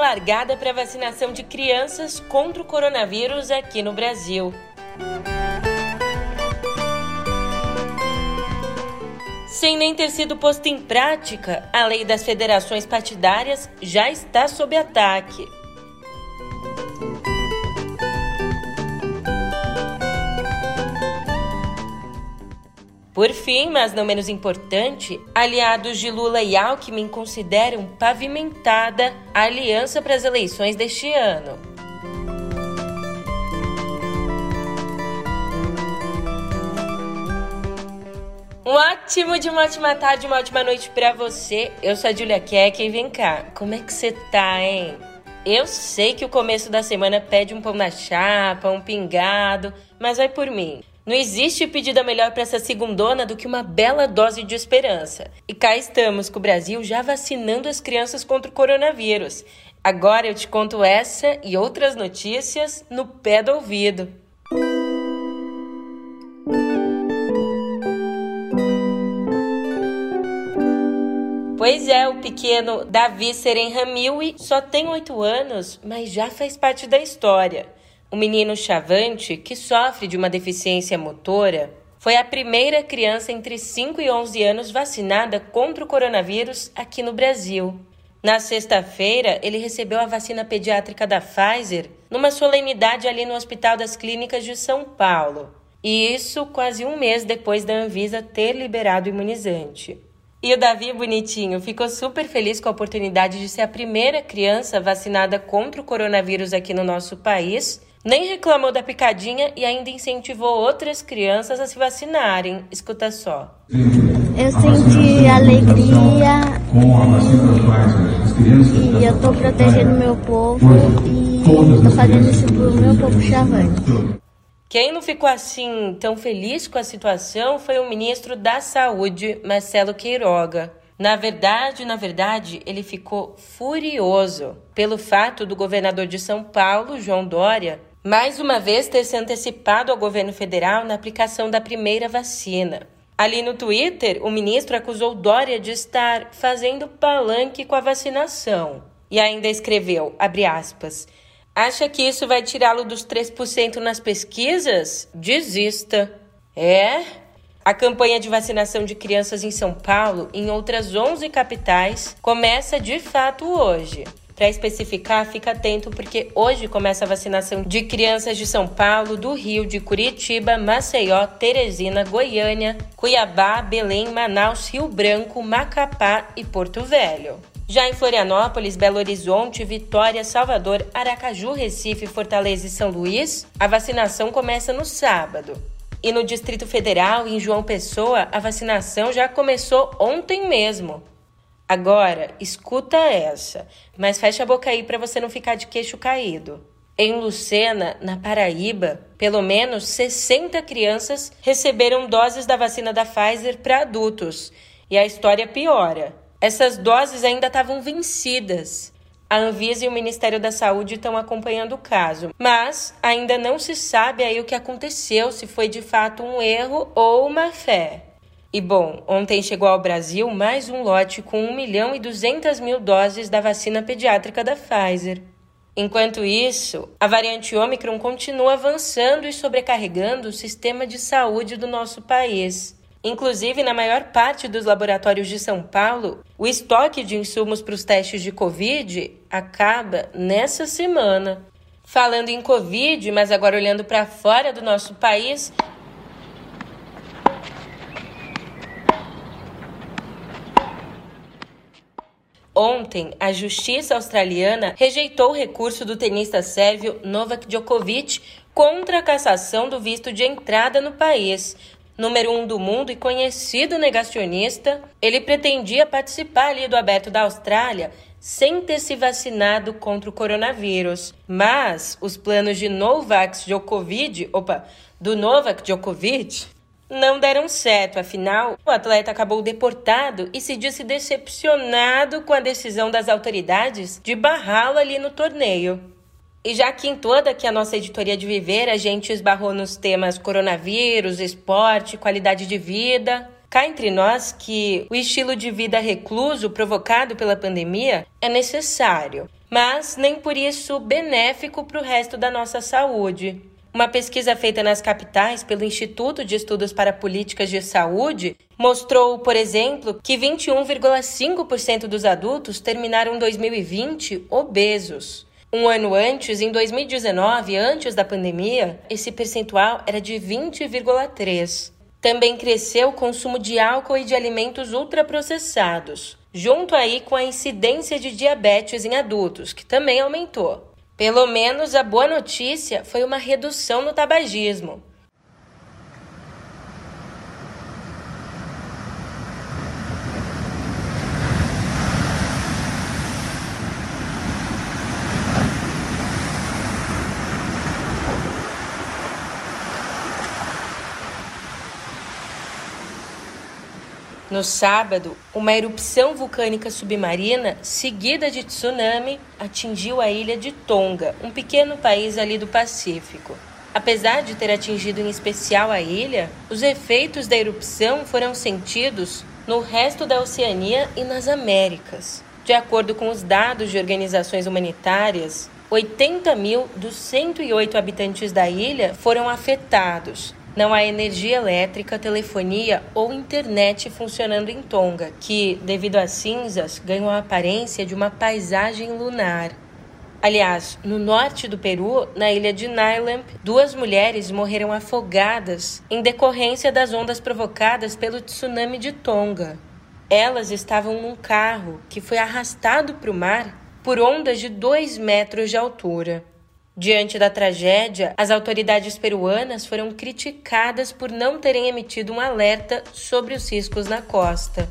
largada para a vacinação de crianças contra o coronavírus aqui no Brasil. Sem nem ter sido posta em prática, a lei das federações partidárias já está sob ataque. Por fim, mas não menos importante, aliados de Lula e Alckmin consideram pavimentada a aliança para as eleições deste ano. Uma ótima tarde, uma ótima noite pra você. Eu sou a Julia Keck e vem cá, como é que você tá, hein? Eu sei que o começo da semana pede um pão na chapa, um pingado, mas vai por mim. Não existe pedida melhor pra essa segundona do que uma bela dose de esperança. E cá estamos com o Brasil já vacinando as crianças contra o coronavírus. Agora eu te conto essa e outras notícias no pé do ouvido. Pois é, o pequeno Davi Serenhamilwi só tem 8 anos, mas já faz parte da história. O menino Chavante, que sofre de uma deficiência motora, foi a primeira criança entre 5 e 11 anos vacinada contra o coronavírus aqui no Brasil. Na sexta-feira, ele recebeu a vacina pediátrica da Pfizer numa solenidade ali no Hospital das Clínicas de São Paulo. E isso quase um mês depois da Anvisa ter liberado o imunizante. E o Davi, bonitinho, ficou super feliz com a oportunidade de ser a primeira criança vacinada contra o coronavírus aqui no nosso país, nem reclamou da picadinha e ainda incentivou outras crianças a se vacinarem. Escuta só. Eu senti alegria e eu tô protegendo meu povo e tô fazendo isso pro meu povo chavante. Quem não ficou assim tão feliz com a situação foi o ministro da Saúde, Marcelo Queiroga. Na verdade, ele ficou furioso pelo fato do governador de São Paulo, João Dória, mais uma vez ter se antecipado ao governo federal na aplicação da primeira vacina. Ali no Twitter, o ministro acusou Dória de estar fazendo palanque com a vacinação. E ainda escreveu, abre aspas, acha que isso vai tirá-lo dos 3% nas pesquisas? Desista. A campanha de vacinação de crianças em São Paulo e em outras 11 capitais começa de fato hoje. Para especificar, fica atento porque hoje começa a vacinação de crianças de São Paulo, do Rio, de Curitiba, Maceió, Teresina, Goiânia, Cuiabá, Belém, Manaus, Rio Branco, Macapá e Porto Velho. Já em Florianópolis, Belo Horizonte, Vitória, Salvador, Aracaju, Recife, Fortaleza e São Luís, a vacinação começa no sábado. E no Distrito Federal, em João Pessoa, a vacinação já começou ontem mesmo. Agora, escuta essa, mas fecha a boca aí para você não ficar de queixo caído. Em Lucena, na Paraíba, pelo menos 60 crianças receberam doses da vacina da Pfizer para adultos. E a história piora. Essas doses ainda estavam vencidas. A Anvisa e o Ministério da Saúde estão acompanhando o caso, mas ainda não se sabe aí o que aconteceu, se foi de fato um erro ou uma fé. E bom, ontem chegou ao Brasil mais um lote com 1.200.000 doses da vacina pediátrica da Pfizer. Enquanto isso, a variante Ômicron continua avançando e sobrecarregando o sistema de saúde do nosso país. Inclusive, na maior parte dos laboratórios de São Paulo, o estoque de insumos para os testes de Covid acaba nessa semana. Falando em Covid, mas agora olhando para fora do nosso país, ontem, a justiça australiana rejeitou o recurso do tenista sérvio Novak Djokovic contra a cassação do visto de entrada no país. Número 1 do mundo e conhecido negacionista, ele pretendia participar ali do Aberto da Austrália sem ter se vacinado contra o coronavírus. Mas os planos de Novak Djokovic não deram certo. Afinal, o atleta acabou deportado e se disse decepcionado com a decisão das autoridades de barrá-lo ali no torneio. E já que em toda aqui a nossa editoria de Viver, a gente esbarrou nos temas coronavírus, esporte, qualidade de vida, cá entre nós que o estilo de vida recluso provocado pela pandemia é necessário, mas nem por isso benéfico para o resto da nossa saúde. Uma pesquisa feita nas capitais pelo Instituto de Estudos para Políticas de Saúde mostrou, por exemplo, que 21,5% dos adultos terminaram 2020 obesos. Um ano antes, em 2019, antes da pandemia, esse percentual era de 20,3%. Também cresceu o consumo de álcool e de alimentos ultraprocessados, junto aí com a incidência de diabetes em adultos, que também aumentou. Pelo menos a boa notícia foi uma redução no tabagismo. No sábado, uma erupção vulcânica submarina, seguida de tsunami, atingiu a ilha de Tonga, um pequeno país ali do Pacífico. Apesar de ter atingido em especial a ilha, os efeitos da erupção foram sentidos no resto da Oceania e nas Américas. De acordo com os dados de organizações humanitárias, 80 mil dos 108 habitantes da ilha foram afetados. Não há energia elétrica, telefonia ou internet funcionando em Tonga, que, devido às cinzas, ganhou a aparência de uma paisagem lunar. Aliás, no norte do Peru, na ilha de Nailamp, 2 mulheres morreram afogadas em decorrência das ondas provocadas pelo tsunami de Tonga. Elas estavam num carro que foi arrastado para o mar por ondas de 2 metros de altura. Diante da tragédia, as autoridades peruanas foram criticadas por não terem emitido um alerta sobre os riscos na costa.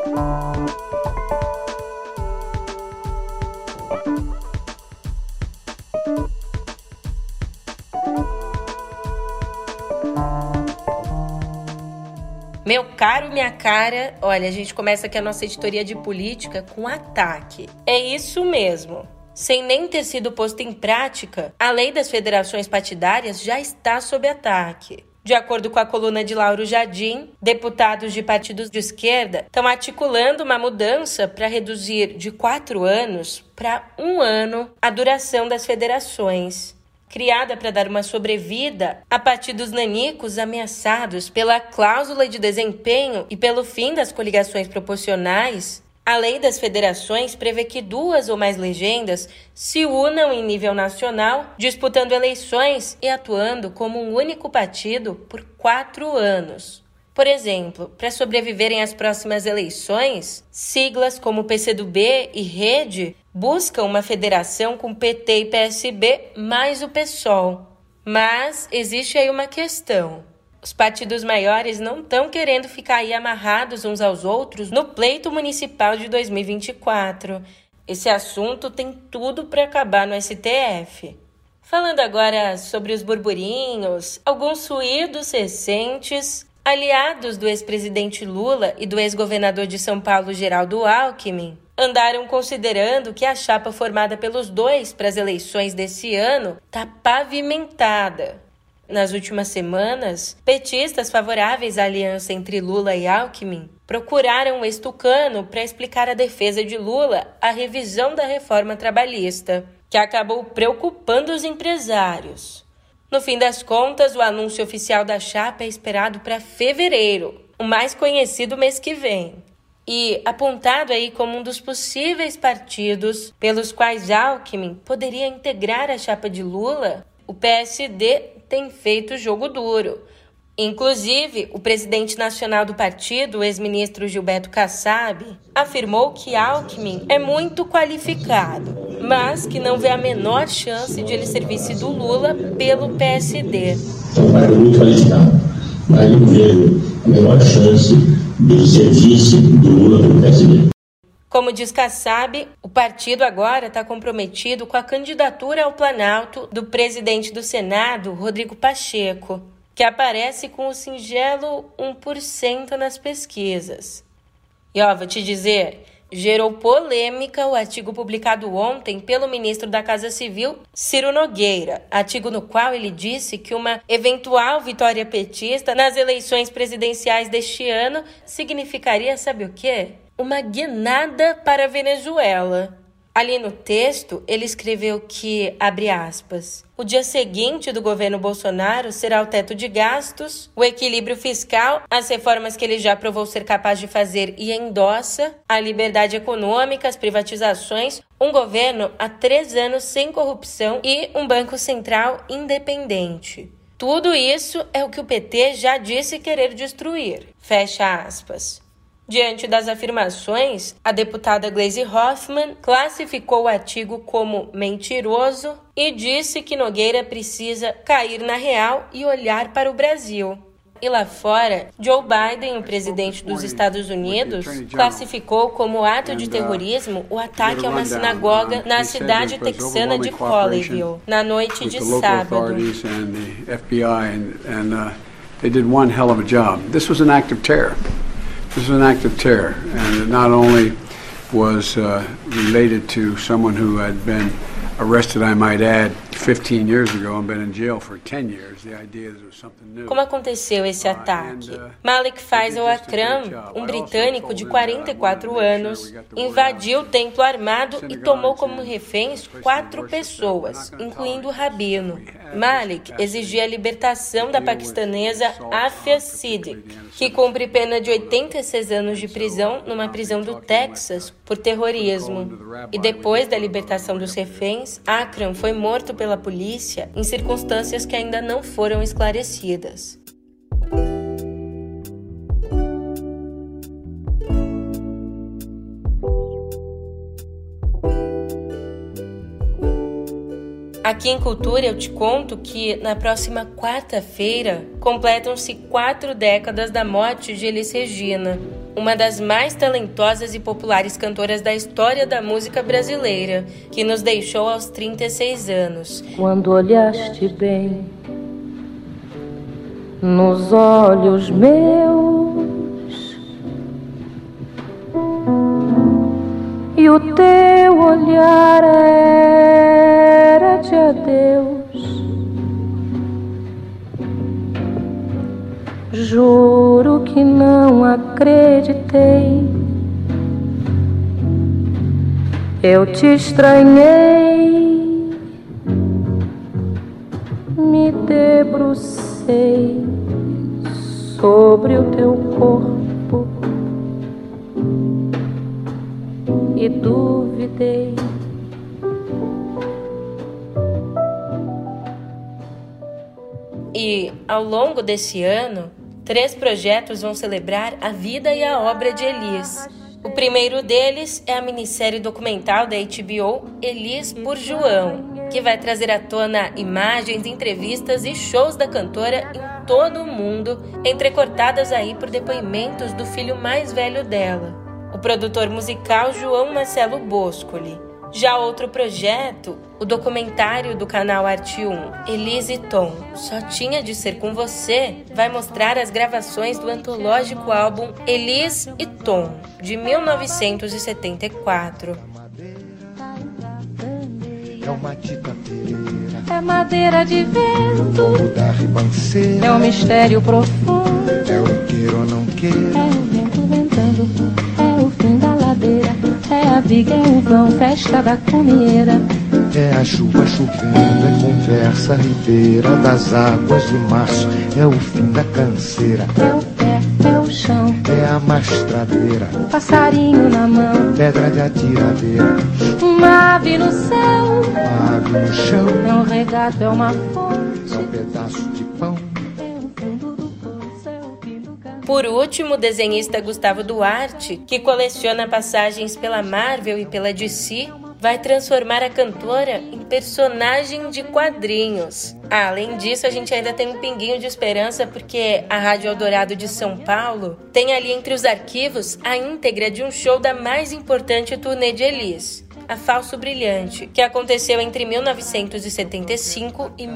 Meu caro, minha cara, olha, a gente começa aqui a nossa editoria de política com ataque. É isso mesmo. Sem nem ter sido posto em prática, a lei das federações partidárias já está sob ataque. De acordo com a coluna de Lauro Jardim, deputados de partidos de esquerda estão articulando uma mudança para reduzir de 4 anos para 1 ano a duração das federações. Criada para dar uma sobrevida a partidos nanicos ameaçados pela cláusula de desempenho e pelo fim das coligações proporcionais, a lei das federações prevê que 2 ou mais legendas se unam em nível nacional, disputando eleições e atuando como um único partido por 4 anos. Por exemplo, para sobreviverem às próximas eleições, siglas como PCdoB e Rede buscam uma federação com PT e PSB mais o PSOL. Mas existe aí uma questão. Os partidos maiores não estão querendo ficar aí amarrados uns aos outros no pleito municipal de 2024. Esse assunto tem tudo para acabar no STF. Falando agora sobre os burburinhos, alguns ruídos recentes, aliados do ex-presidente Lula e do ex-governador de São Paulo, Geraldo Alckmin, andaram considerando que a chapa formada pelos dois para as eleições desse ano está pavimentada. Nas últimas semanas, petistas favoráveis à aliança entre Lula e Alckmin procuraram o ex-tucano para explicar à defesa de Lula a revisão da reforma trabalhista, que acabou preocupando os empresários. No fim das contas, o anúncio oficial da chapa é esperado para fevereiro, o mais conhecido mês que vem. E apontado aí como um dos possíveis partidos pelos quais Alckmin poderia integrar a chapa de Lula, o PSD tem feito jogo duro. Inclusive, o presidente nacional do partido, o ex-ministro Gilberto Kassab, afirmou que Alckmin é muito qualificado, mas que não vê a menor chance de ele ser vice do Lula pelo PSD. É um cara muito qualificado, mas não vejo a menor chance de ser vice do Lula pelo PSD. Como diz Kassab, o partido agora está comprometido com a candidatura ao Planalto do presidente do Senado, Rodrigo Pacheco, que aparece com o singelo 1% nas pesquisas. E vou te dizer, gerou polêmica o artigo publicado ontem pelo ministro da Casa Civil, Ciro Nogueira, artigo no qual ele disse que uma eventual vitória petista nas eleições presidenciais deste ano significaria, sabe o quê? Uma guinada para a Venezuela. Ali no texto, ele escreveu que, abre aspas, o dia seguinte do governo Bolsonaro será o teto de gastos, o equilíbrio fiscal, as reformas que ele já provou ser capaz de fazer e endossa, a liberdade econômica, as privatizações, um governo há 3 anos sem corrupção e um banco central independente. Tudo isso é o que o PT já disse querer destruir. Fecha aspas. Diante das afirmações, a deputada Gleisi Hoffmann classificou o artigo como mentiroso e disse que Nogueira precisa cair na real e olhar para o Brasil. E lá fora, Joe Biden, o presidente dos Estados Unidos, classificou como ato de terrorismo o ataque a uma sinagoga na cidade texana de Colleyville, na noite de sábado. They did one hell of a job. This was an act of terror. This was an act of terror, and it not only was related to someone who had been arrested, I might add, 15 years ago and been in jail for 10 years. The idea that it was something new. Como aconteceu esse ataque? Malik Faisal Akram, um britânico de 44 anos, invadiu o templo armado e tomou como reféns 4 pessoas, incluindo o rabino. Malik exigia a libertação da paquistanesa Afia Siddique, que cumpre pena de 86 anos de prisão numa prisão do Texas por terrorismo. E depois da libertação dos reféns, Akram foi morto pela polícia em circunstâncias que ainda não foram esclarecidas. Aqui em Cultura eu te conto que na próxima quarta-feira completam-se 4 décadas da morte de Elis Regina, uma das mais talentosas e populares cantoras da história da música brasileira, que nos deixou aos 36 anos. Quando olhaste bem nos olhos meus e o teu olhar era de adeus, juro que não acreditei. Eu te estranhei, me debrucei sobre o teu corpo e duvidei. E, ao longo desse ano, 3 projetos vão celebrar a vida e a obra de Elis. O primeiro deles é a minissérie documental da HBO Elis por João, que vai trazer à tona imagens, entrevistas e shows da cantora em todo o mundo, entrecortadas aí por depoimentos do filho mais velho dela, o produtor musical João Marcelo Boscoli. Já outro projeto, o documentário do canal Arte 1, Elis e Tom, Só Tinha de Ser Com Você, vai mostrar as gravações do antológico álbum Elis e Tom, de 1974. É uma titateira, É madeira de vento, o da ribanceira, é um mistério profundo, é o queira ou não queira, é o vento ventando, é o fim da ladeira, é a viga, é o vão, festa da comieira. é a chuva chovendo, é conversa ribeira das águas de março, é o fim da canseira, É o pé, é o chão, é a mastradeira, passarinho na mão, pedra de atiradeira, uma ave no céu, uma ave no chão, é um regato, é uma fonte, é um pedaço de pão. é o fundo do poço, é o fim do caminho. Por último, o desenhista Gustavo Duarte, que coleciona passagens pela Marvel e pela DC, vai transformar a cantora em personagem de quadrinhos. Além disso, a gente ainda tem um pinguinho de esperança porque a Rádio Eldorado de São Paulo tem ali entre os arquivos a íntegra de um show da mais importante turnê de Elis, a Falso Brilhante, que aconteceu entre 1975 e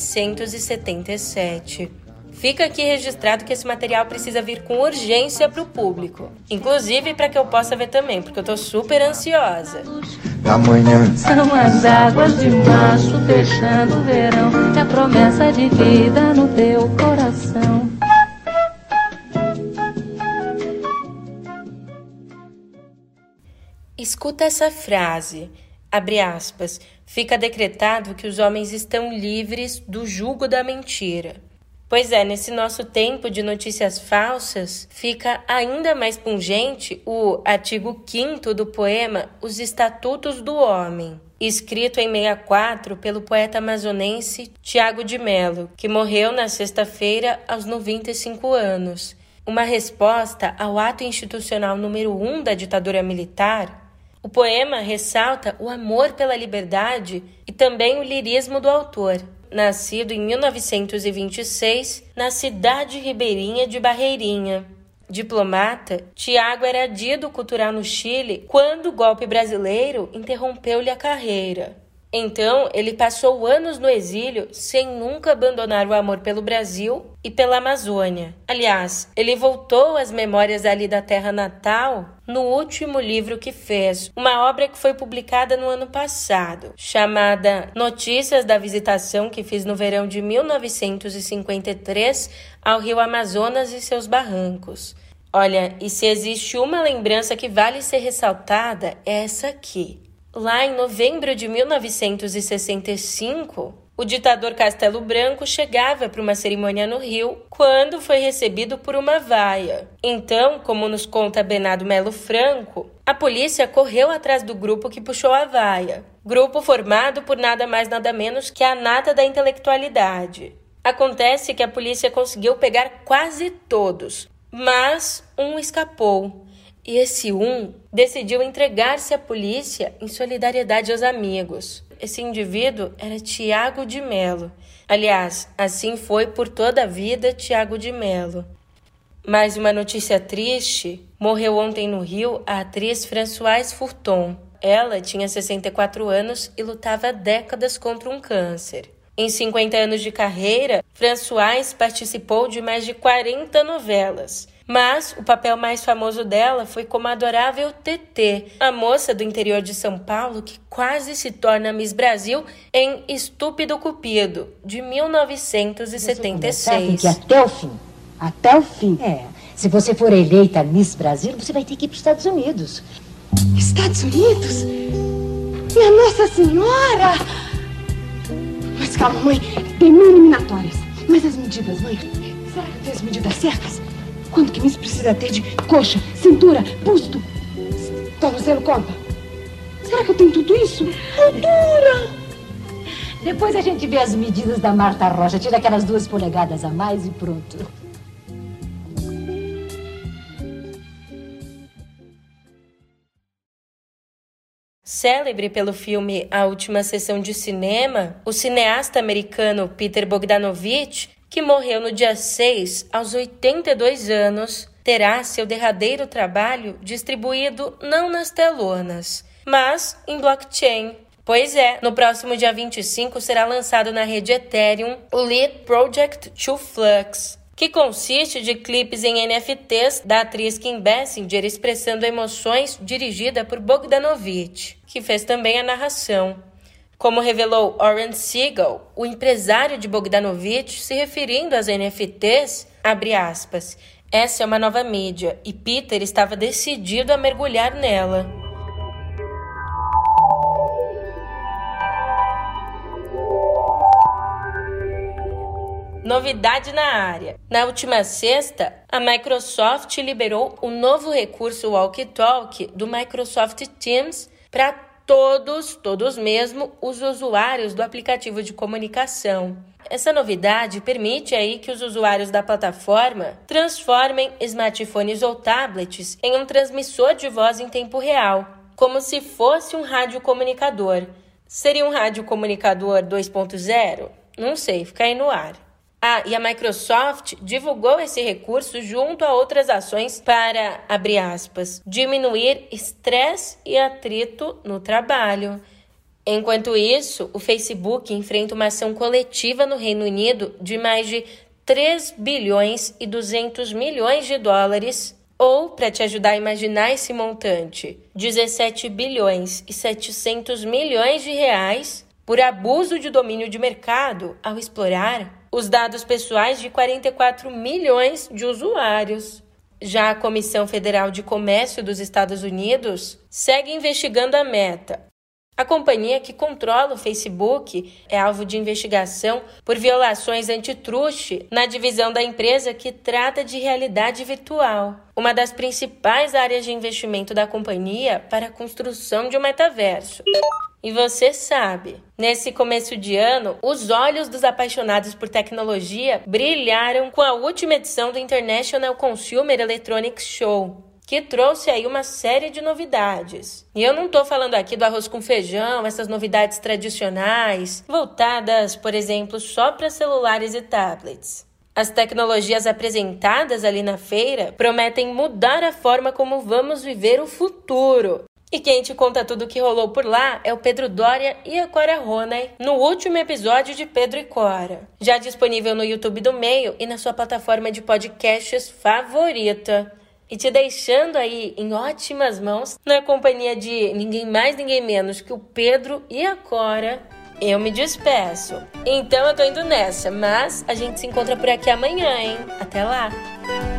1977. Fica aqui registrado que esse material precisa vir com urgência para o público. Inclusive para que eu possa ver também, porque eu tô super ansiosa. Da manhã São as águas de março fechando o verão, é a promessa de vida no teu coração. E Escuta essa frase, abre aspas, fica decretado que os homens estão livres do jugo da mentira. Pois é, nesse nosso tempo de notícias falsas, fica ainda mais pungente o artigo 5º do poema Os Estatutos do Homem, escrito em 64 pelo poeta amazonense Tiago de Mello, que morreu na sexta-feira aos 95 anos. Uma resposta ao ato institucional número 1 da ditadura militar. O poema ressalta o amor pela liberdade e também o lirismo do autor. Nascido em 1926, na cidade ribeirinha de Barreirinha. Diplomata, Tiago era adido cultural no Chile quando o golpe brasileiro interrompeu-lhe a carreira. Então, ele passou anos no exílio sem nunca abandonar o amor pelo Brasil e pela Amazônia. Aliás, ele voltou às memórias ali da terra natal no último livro que fez, uma obra que foi publicada no ano passado, chamada Notícias da Visitação que fiz no verão de 1953 ao Rio Amazonas e seus barrancos. Olha, e se existe uma lembrança que vale ser ressaltada, é essa aqui. Lá em novembro de 1965, o ditador Castelo Branco chegava para uma cerimônia no Rio quando foi recebido por uma vaia. Então, como nos conta Bernardo Melo Franco, a polícia correu atrás do grupo que puxou a vaia. Grupo formado por nada mais nada menos que a nata da intelectualidade. Acontece que a polícia conseguiu pegar quase todos, mas um escapou. E esse decidiu entregar-se à polícia em solidariedade aos amigos. Esse indivíduo era Tiago de Mello. Aliás, assim foi por toda a vida Tiago de Mello. Mais uma notícia triste. Morreu ontem no Rio a atriz Françoise Furton. Ela tinha 64 anos e lutava há décadas contra um câncer. Em 50 anos de carreira, Françoise participou de mais de 40 novelas. Mas o papel mais famoso dela foi como a adorável Tetê, a moça do interior de São Paulo que quase se torna Miss Brasil em Estúpido Cupido, de 1976. Tem que ir até o fim. Até o fim. Se você for eleita Miss Brasil, você vai ter que ir para os Estados Unidos. Estados Unidos? Minha Nossa Senhora! Mas calma, mãe. Tem 1000 eliminatórias. Mas as medidas, mãe? Será que eu tenho as medidas certas? Quanto que Miss precisa ter de coxa, cintura, busto? Tornozelo conta? Será que eu tenho tudo isso? Altura! Depois a gente vê as medidas da Marta Rocha. Tira aquelas 2 polegadas a mais e pronto. Célebre pelo filme A Última Sessão de Cinema, o cineasta americano Peter Bogdanovich, que morreu no dia 6, aos 82 anos, terá seu derradeiro trabalho distribuído não nas telonas, mas em blockchain. Pois é, no próximo dia 25 será lançado na rede Ethereum o Lead Project 2Flux, que consiste de clipes em NFTs da atriz Kim Basinger expressando emoções, dirigida por Bogdanovich, que fez também a narração. Como revelou Oren Siegel, o empresário de Bogdanovich, se referindo às NFTs, abre aspas, essa é uma nova mídia e Peter estava decidido a mergulhar nela. Novidade na área. Na última sexta, a Microsoft liberou o novo recurso Walkie Talk do Microsoft Teams para todos mesmo, os usuários do aplicativo de comunicação. Essa novidade permite aí que os usuários da plataforma transformem smartphones ou tablets em um transmissor de voz em tempo real, como se fosse um radiocomunicador. Seria um radiocomunicador 2.0? Não sei, fica aí no ar. E a Microsoft divulgou esse recurso junto a outras ações para, abre aspas, diminuir estresse e atrito no trabalho. Enquanto isso, o Facebook enfrenta uma ação coletiva no Reino Unido de mais de 3 bilhões e 200 milhões de dólares, ou, para te ajudar a imaginar esse montante, 17 bilhões e 700 milhões de reais por abuso de domínio de mercado ao explorar os dados pessoais de 44 milhões de usuários. Já a Comissão Federal de Comércio dos Estados Unidos segue investigando a Meta. A companhia que controla o Facebook é alvo de investigação por violações antitruste na divisão da empresa que trata de realidade virtual, uma das principais áreas de investimento da companhia para a construção de um metaverso. E você sabe, nesse começo de ano, os olhos dos apaixonados por tecnologia brilharam com a última edição do International Consumer Electronics Show, que trouxe aí uma série de novidades. E eu não tô falando aqui do arroz com feijão, essas novidades tradicionais, voltadas, por exemplo, só para celulares e tablets. As tecnologias apresentadas ali na feira prometem mudar a forma como vamos viver o futuro. E quem te conta tudo o que rolou por lá é o Pedro Doria e a Cora Ronay, no último episódio de Pedro e Cora, já disponível no YouTube do Meio e na sua plataforma de podcasts favorita. E te deixando aí em ótimas mãos, na companhia de ninguém mais, ninguém menos que o Pedro e a Cora, eu me despeço. Então eu tô indo nessa, mas a gente se encontra por aqui amanhã, hein? Até lá!